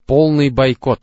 Полный бойкот.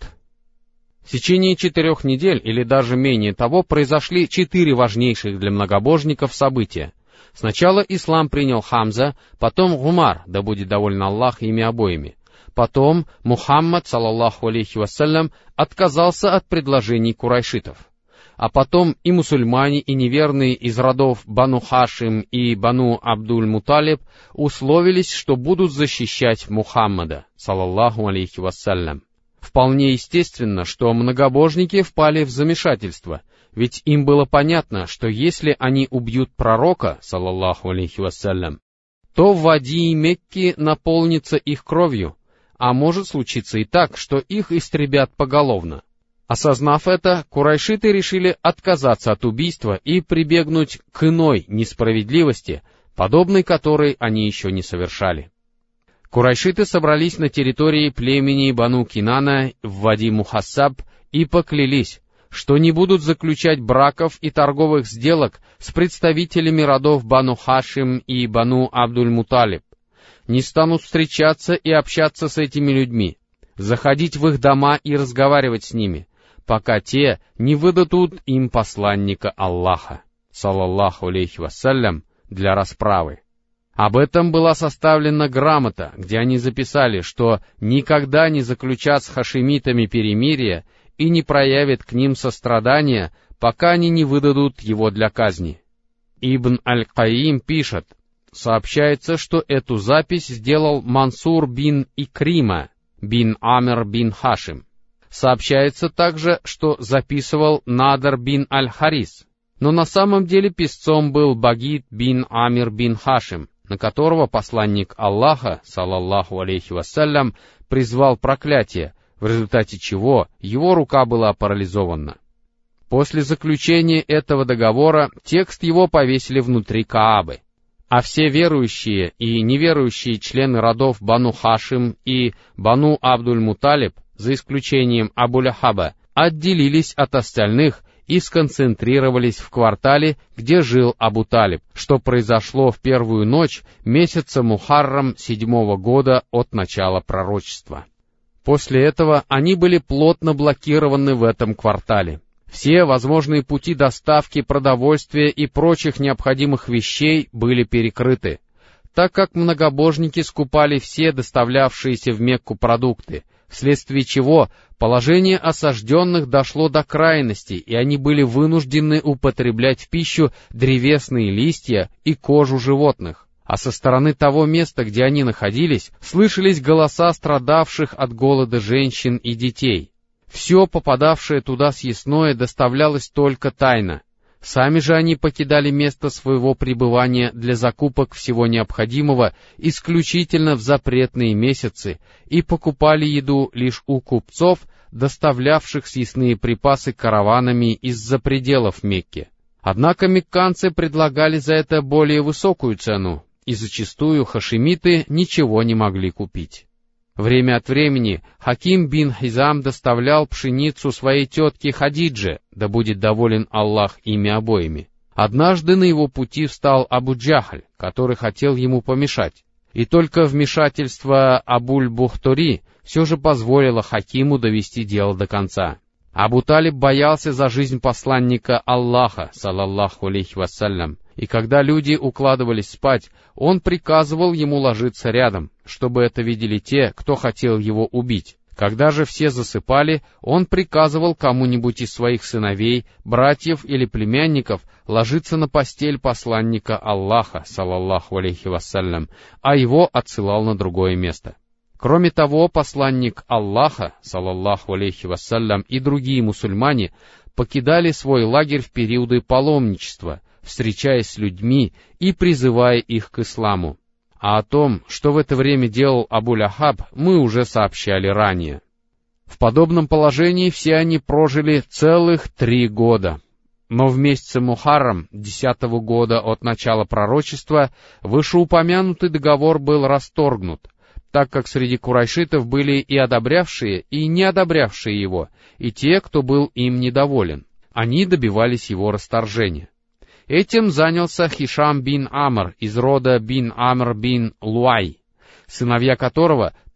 В течение 4 недель, или даже менее того, произошли 4 важнейших для многобожников события. Сначала ислам принял Хамза, потом Умар, да будет доволен Аллах ими обоими. Потом Мухаммад, саллаллаху алейхи вассалям, отказался от предложений курайшитов. А потом и мусульмане, и неверные из родов Бану Хашим и Бану Абдуль-Муталиб условились, что будут защищать Мухаммада, саллаллаху алейхи вассалям. Вполне естественно, что многобожники впали в замешательство, ведь им было понятно, что если они убьют пророка, саллаллаху алейхи вассалям, то вади Мекки наполнится их кровью, а может случиться и так, что их истребят поголовно. Осознав это, курайшиты решили отказаться от убийства и прибегнуть к иной несправедливости, подобной которой они еще не совершали. Курайшиты собрались на территории племени Бану Кинана в Вади Мухассаб и поклялись, что не будут заключать браков и торговых сделок с представителями родов Бану Хашим и Бану Абдуль-Муталиб, не станут встречаться и общаться с этими людьми, заходить в их дома и разговаривать с ними, пока те не выдадут им посланника Аллаха, саллаллаху алейхи вассалям, для расправы. Об этом была составлена грамота, где они записали, что никогда не заключат с хашимитами перемирие и не проявят к ним сострадания, пока они не выдадут его для казни. Ибн Аль-Каим пишет, сообщается, что эту запись сделал Мансур бин Икрима, бин Амр бин Хашим. Сообщается также, что записывал Надр бин Аль-Харис, но на самом деле писцом был Багид бин Амир бин Хашим, на которого посланник Аллаха, саллаллаху алейхи вассалям, призвал проклятие, в результате чего его рука была парализована. После заключения этого договора текст его повесили внутри Каабы, а все верующие и неверующие члены родов Бану Хашим и Бану Абдуль-Муталиб, за исключением Абу-Лахаба, отделились от остальных и сконцентрировались в квартале, где жил Абу-Талиб, что произошло в первую ночь месяца Мухаррам 7-го года от начала пророчества. После этого они были плотно блокированы в этом квартале. Все возможные пути доставки продовольствия и прочих необходимых вещей были перекрыты, так как многобожники скупали все доставлявшиеся в Мекку продукты, вследствие чего положение осажденных дошло до крайности, и они были вынуждены употреблять в пищу древесные листья и кожу животных. А со стороны того места, где они находились, слышались голоса страдавших от голода женщин и детей. Все попадавшее туда съестное доставлялось только тайно. Сами же они покидали место своего пребывания для закупок всего необходимого исключительно в запретные месяцы и покупали еду лишь у купцов, доставлявших съестные припасы караванами из-за пределов Мекки. Однако мекканцы предлагали за это более высокую цену, и зачастую хашимиты ничего не могли купить. Время от времени Хаким бин Хизам доставлял пшеницу своей тетке Хадидже, да будет доволен Аллах ими обоими. Однажды на его пути встал Абу-Джахль, который хотел ему помешать, и только вмешательство Абуль-Бухтури все же позволило Хакиму довести дело до конца. Абу-Талиб боялся за жизнь посланника Аллаха, саллаллаху алейхи вассалям, и когда люди укладывались спать, он приказывал ему ложиться рядом, чтобы это видели те, кто хотел его убить. Когда же все засыпали, он приказывал кому-нибудь из своих сыновей, братьев или племянников ложиться на постель посланника Аллаха, саллаллаху алейхи вассалям, а его отсылал на другое место. Кроме того, посланник Аллаха, саллаллаху алейхи вассалям, и другие мусульмане покидали свой лагерь в периоды паломничества, встречаясь с людьми и призывая их к исламу. А о том, что в это время делал Абу-Лахаб, мы уже сообщали ранее. В подобном положении все они прожили целых 3 года. Но в месяце Мухаррам 10-го года от начала пророчества вышеупомянутый договор был расторгнут, так как среди курайшитов были и одобрявшие, и не одобрявшие его, и те, кто был им недоволен. Они добивались его расторжения. Этим занялся Хишам бин Амр из рода бин Амр бин Луай, сыновья которого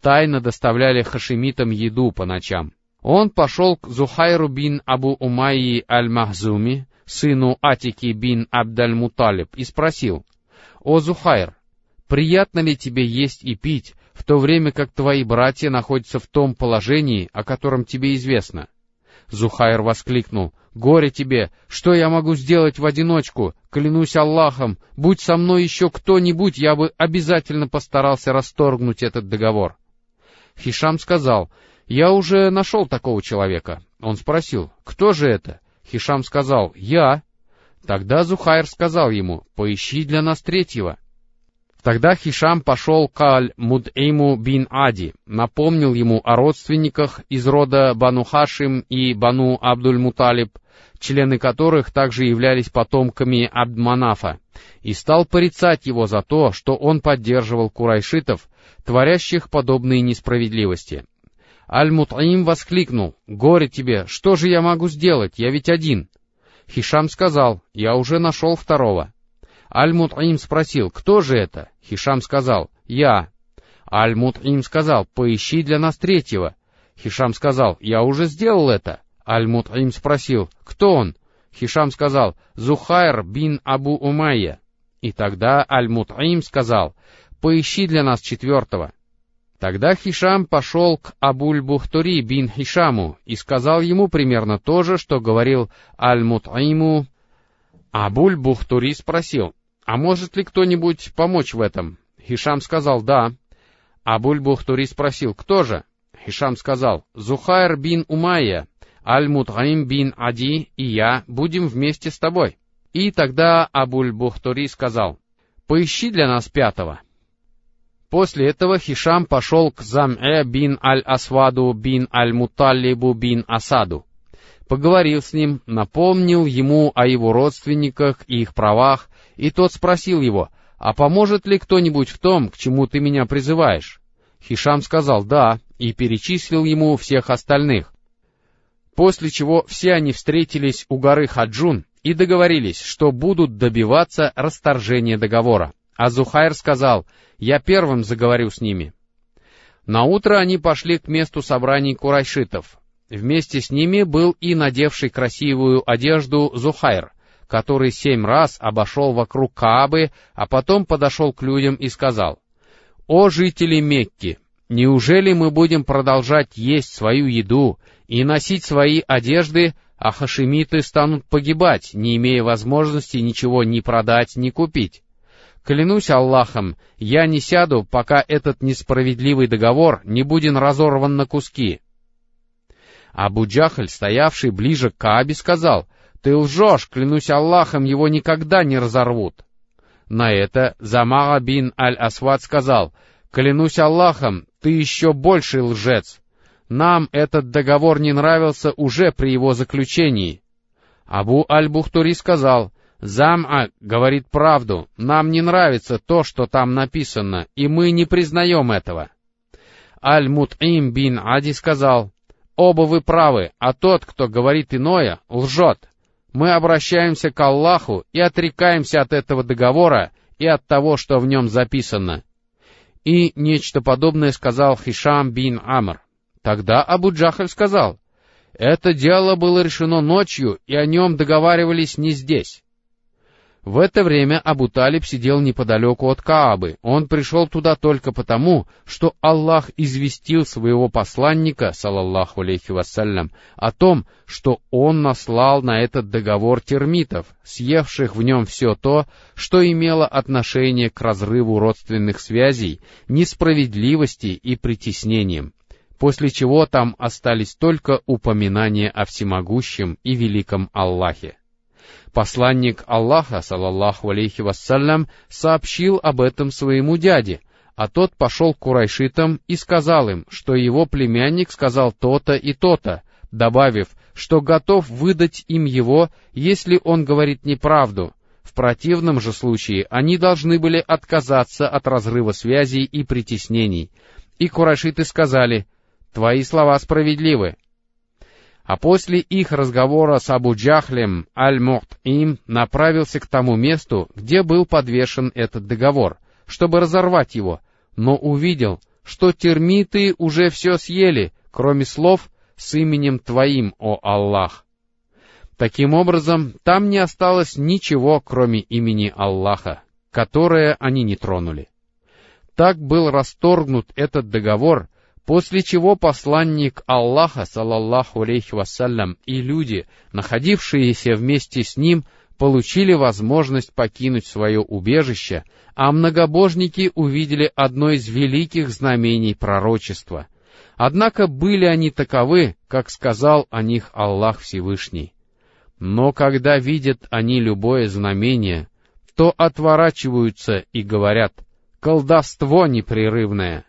тайно доставляли хашимитам еду по ночам. Он пошел к Зухайру бин Абу Умайи аль-Махзуми, сыну Атики бин Абдаль-Муталиб, и спросил: «О, Зухайр, приятно ли тебе есть и пить, в то время как твои братья находятся в том положении, о котором тебе известно?» Зухайр воскликнул: «Горе тебе! Что я могу сделать в одиночку? Клянусь Аллахом, будь со мной еще кто-нибудь, я бы обязательно постарался расторгнуть этот договор». Хишам сказал: «Я уже нашел такого человека». Он спросил: «Кто же это?» Хишам сказал: «Я». Тогда Зухайр сказал ему: «Поищи для нас третьего». Тогда Хишам пошел к Аль-Муд'иму бин Ади, напомнил ему о родственниках из рода Бану Хашим и Бану Абдуль-Муталиб, члены которых также являлись потомками Абд-Манафа, и стал порицать его за то, что он поддерживал курайшитов, творящих подобные несправедливости. Аль-Мут'им воскликнул: «Горе тебе! Что же я могу сделать? Я ведь один». Хишам сказал: «Я уже нашел второго». Аль-Мут'им спросил: «Кто же это?» Хишам сказал: «Я». Аль-Мут'им сказал: «Поищи для нас третьего». Хишам сказал: «Я уже сделал это». Аль-Мут'им спросил: «Кто он?» Хишам сказал: «Зухайр бин Абу Умайя». И тогда Аль-Мут'им сказал: «Поищи для нас четвертого». Тогда Хишам пошел к Абуль-Бухтури бин Хишаму и сказал ему примерно то же, что говорил Аль-Мут'иму. Абуль-Бухтури спросил: «А может ли кто-нибудь помочь в этом?» Хишам сказал: «Да». Абуль-Бухтури спросил: «Кто же?» Хишам сказал: «Зухайр бин Умайя, Аль-Мут'им бин Ади и я будем вместе с тобой». И тогда Абуль-Бухтури сказал: «Поищи для нас пятого». После этого Хишам пошел к Зам'э бин Аль-Асваду бин Аль-Муталлибу бин Асаду. Поговорил с ним, напомнил ему о его родственниках и их правах, и тот спросил его: «А поможет ли кто-нибудь в том, к чему ты меня призываешь?» Хишам сказал: «Да», и перечислил ему всех остальных. После чего все они встретились у горы Хаджун и договорились, что будут добиваться расторжения договора. А Зухайр сказал: «Я первым заговорю с ними». Наутро они пошли к месту собраний курайшитов. Вместе с ними был и надевший красивую одежду Зухайр, который 7 раз обошел вокруг Каабы, а потом подошел к людям и сказал: «О жители Мекки, неужели мы будем продолжать есть свою еду и носить свои одежды, а хашимиты станут погибать, не имея возможности ничего ни продать, ни купить? Клянусь Аллахом, я не сяду, пока этот несправедливый договор не будет разорван на куски». Абу Джахль, стоявший ближе к Каабе, сказал: «Ты лжешь, клянусь Аллахом, его никогда не разорвут». На это Замага бин Аль-Асвад сказал: «Клянусь Аллахом, ты еще больший лжец. Нам этот договор не нравился уже при его заключении». Абу Аль-Бухтури сказал: «Зам'а говорит правду, нам не нравится то, что там написано, и мы не признаем этого». Аль-Мут'им бин Ади сказал: «Оба вы правы, а тот, кто говорит иное, лжет. Мы обращаемся к Аллаху и отрекаемся от этого договора и от того, что в нем записано». И нечто подобное сказал Хишам бин Амр. Тогда Абу Джахль сказал: «Это дело было решено ночью, и о нем договаривались не здесь». В это время Абу Талиб сидел неподалеку от Каабы. Он пришел туда только потому, что Аллах известил своего посланника, салаллаху алейхи вассалям, о том, что он наслал на этот договор термитов, съевших в нем все то, что имело отношение к разрыву родственных связей, несправедливости и притеснениям, после чего там остались только упоминания о всемогущем и великом Аллахе. Посланник Аллаха, салаллаху алейхи вассалям, сообщил об этом своему дяде, а тот пошел к курайшитам и сказал им, что его племянник сказал то-то и то-то, добавив, что готов выдать им его, если он говорит неправду. В противном же случае они должны были отказаться от разрыва связей и притеснений. И курайшиты сказали: «Твои слова справедливы». А после их разговора с Абу Джахлем Аль-Мут'им направился к тому месту, где был подвешен этот договор, чтобы разорвать его, но увидел, что термиты уже все съели, кроме слов «с именем Твоим, о Аллах». Таким образом, там не осталось ничего, кроме имени Аллаха, которое они не тронули. Так был расторгнут этот договор, после чего посланник Аллаха, саллаллаху алейхи вассалям, и люди, находившиеся вместе с ним, получили возможность покинуть свое убежище, а многобожники увидели одно из великих знамений пророчества. Однако были они таковы, как сказал о них Аллах Всевышний. Но когда видят они любое знамение, то отворачиваются и говорят: «Колдовство непрерывное».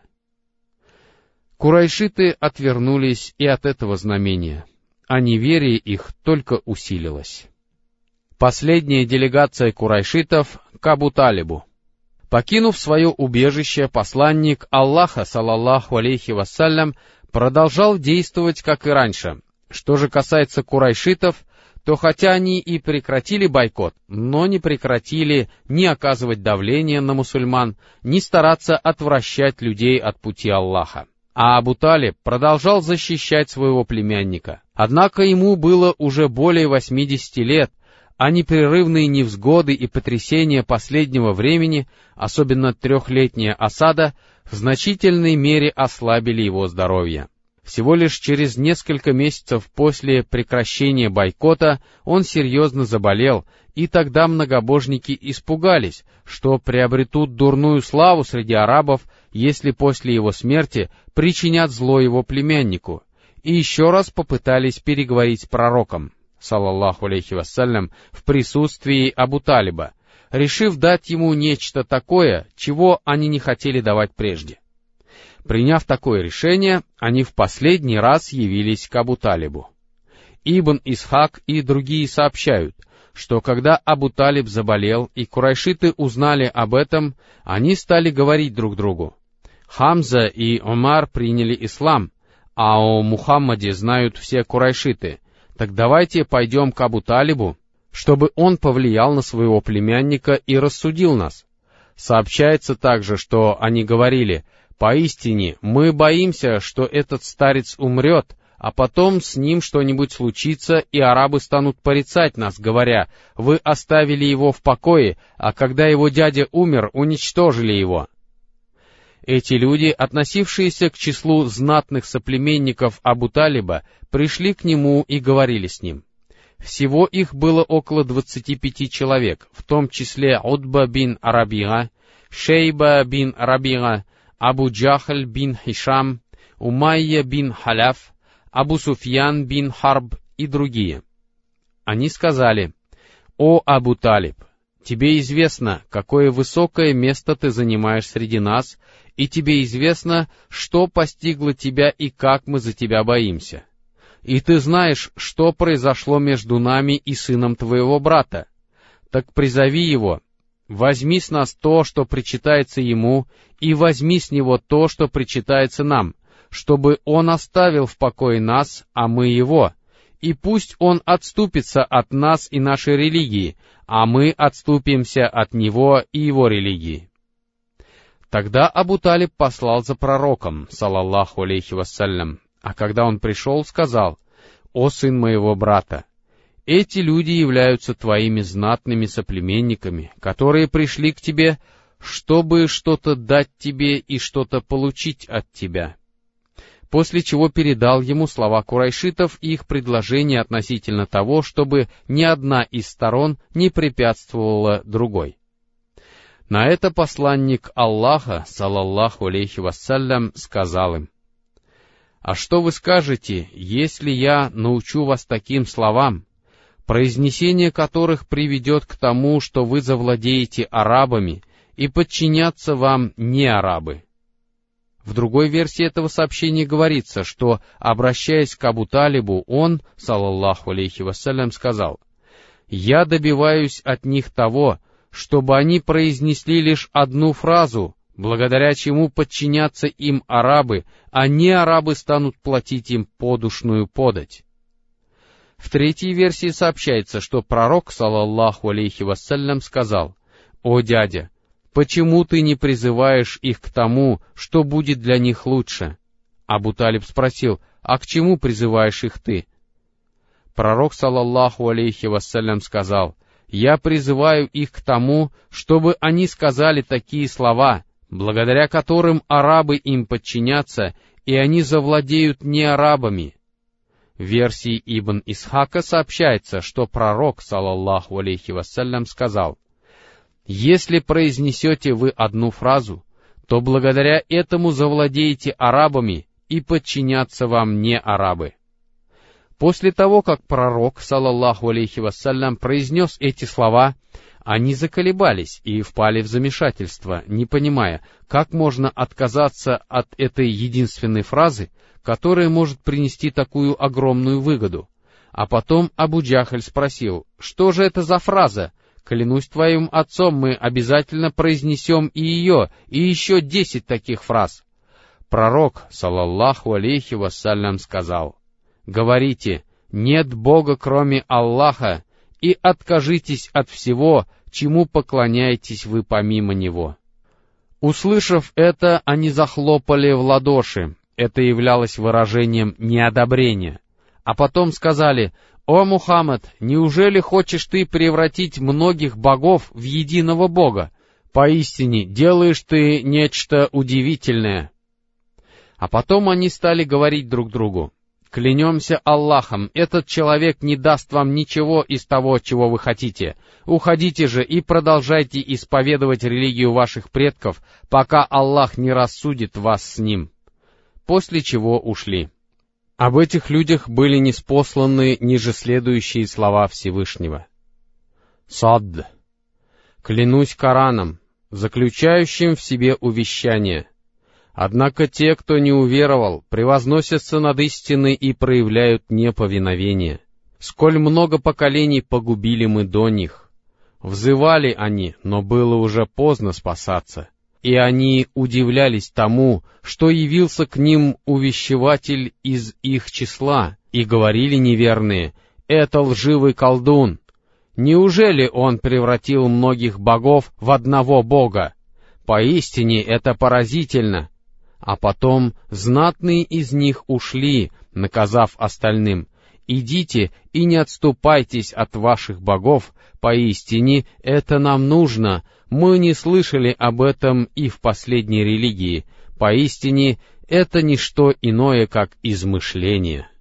Курайшиты отвернулись и от этого знамения, а неверие их только усилилось. Последняя делегация курайшитов к Абу Талибу. Покинув свое убежище, посланник Аллаха, саллаллаху алейхи вассалям, продолжал действовать, как и раньше. Что же касается курайшитов, то хотя они и прекратили бойкот, но не прекратили ни оказывать давление на мусульман, ни стараться отвращать людей от пути Аллаха. А Абу Талиб продолжал защищать своего племянника. Однако ему было уже более 80 лет, а непрерывные невзгоды и потрясения последнего времени, особенно 3-летняя осада, в значительной мере ослабили его здоровье. Всего лишь через несколько месяцев после прекращения бойкота он серьезно заболел, и тогда многобожники испугались, что приобретут дурную славу среди арабов, если после его смерти причинят зло его племяннику, и еще раз попытались переговорить с пророком, саллаллаху алейхи вассалям, в присутствии Абу Талиба, решив дать ему нечто такое, чего они не хотели давать прежде. Приняв такое решение, они в последний раз явились к Абу Талибу. Ибн Исхак и другие сообщают, что когда Абу Талиб заболел и курайшиты узнали об этом, они стали говорить друг другу: «Хамза и Омар приняли ислам, а о Мухаммаде знают все курайшиты, так давайте пойдем к Абу Талибу, чтобы он повлиял на своего племянника и рассудил нас». Сообщается также, что они говорили: «Поистине, мы боимся, что этот старец умрет, а потом с ним что-нибудь случится, и арабы станут порицать нас, говоря: вы оставили его в покое, а когда его дядя умер, уничтожили его». Эти люди, относившиеся к числу знатных соплеменников Абу Талиба, пришли к нему и говорили с ним. Всего их было около 25 человек, в том числе Утба бин Рабига, Шейба бин Рабига, Абу Джахль бин Хишам, Умайя бин Халяф, Абу Суфьян бин Харб и другие. Они сказали: «О Абу Талиб, тебе известно, какое высокое место ты занимаешь среди нас, и тебе известно, что постигло тебя и как мы за тебя боимся. И ты знаешь, что произошло между нами и сыном твоего брата. Так призови его, возьми с нас то, что причитается ему, и возьми с него то, что причитается нам, чтобы он оставил в покое нас, а мы его, и пусть он отступится от нас и нашей религии, а мы отступимся от него и его религии». Тогда Абу Талиб послал за пророком, саллаллаху алейхи вассалям, а когда он пришел, сказал: «О сын моего брата, эти люди являются твоими знатными соплеменниками, которые пришли к тебе, чтобы что-то дать тебе и что-то получить от тебя». После чего передал ему слова курайшитов и их предложение относительно того, чтобы ни одна из сторон не препятствовала другой. На это посланник Аллаха, саллаллаху алейхи вассалям, сказал им: «А что вы скажете, если я научу вас таким словам, произнесение которых приведет к тому, что вы завладеете арабами, и подчинятся вам не арабы?» В другой версии этого сообщения говорится, что, обращаясь к Абу Талибу, он, саллаллаху алейхи вассалям, сказал: «Я добиваюсь от них того, чтобы они произнесли лишь одну фразу, благодаря чему подчинятся им арабы, а не арабы станут платить им подушную подать». В третьей версии сообщается, что пророк, саллаллаху алейхи вассалям, сказал: «О дядя, почему ты не призываешь их к тому, что будет для них лучше? Абу Талиб спросил: а к чему призываешь их ты? Пророк, саллаллаху алейхи вассалям, сказал: я призываю их к тому, чтобы они сказали такие слова, благодаря которым арабы им подчинятся, и они завладеют не арабами. В версии Ибн Исхака сообщается, что пророк, саллаллаху алейхи вассалям, сказал: если произнесете вы одну фразу, то благодаря этому завладеете арабами, и подчинятся вам не арабы. После того, как пророк, саллаллаху алейхи вассалям, произнес эти слова, они заколебались и впали в замешательство, не понимая, как можно отказаться от этой единственной фразы, которая может принести такую огромную выгоду. А потом Абу Джахаль спросил: что же это за фраза? Клянусь твоим отцом, мы обязательно произнесем и ее, и еще 10 таких фраз. Пророк, саллаллаху алейхи вассалям, сказал: говорите: нет Бога, кроме Аллаха, и откажитесь от всего, чему поклоняетесь вы помимо Него. Услышав это, они захлопали в ладоши. Это являлось выражением неодобрения. А потом сказали: «О Мухаммад, неужели хочешь ты превратить многих богов в единого Бога? Поистине, делаешь ты нечто удивительное». А потом они стали говорить друг другу: «Клянемся Аллахом, этот человек не даст вам ничего из того, чего вы хотите. Уходите же и продолжайте исповедовать религию ваших предков, пока Аллах не рассудит вас с ним». После чего ушли. Об этих людях были ниспосланы ниже следующие слова Всевышнего. «Садд. Клянусь Кораном, заключающим в себе увещание. Однако те, кто не уверовал, превозносятся над истиной и проявляют неповиновение. Сколь много поколений погубили мы до них. Взывали они, но было уже поздно спасаться. И они удивлялись тому, что явился к ним увещеватель из их числа, и говорили неверные: «Это лживый колдун! Неужели он превратил многих богов в одного бога? Поистине это поразительно!» А потом знатные из них ушли, наказав остальным: «Идите и не отступайтесь от ваших богов, поистине это нам нужно, мы не слышали об этом и в последней религии, поистине это не что иное, как измышление».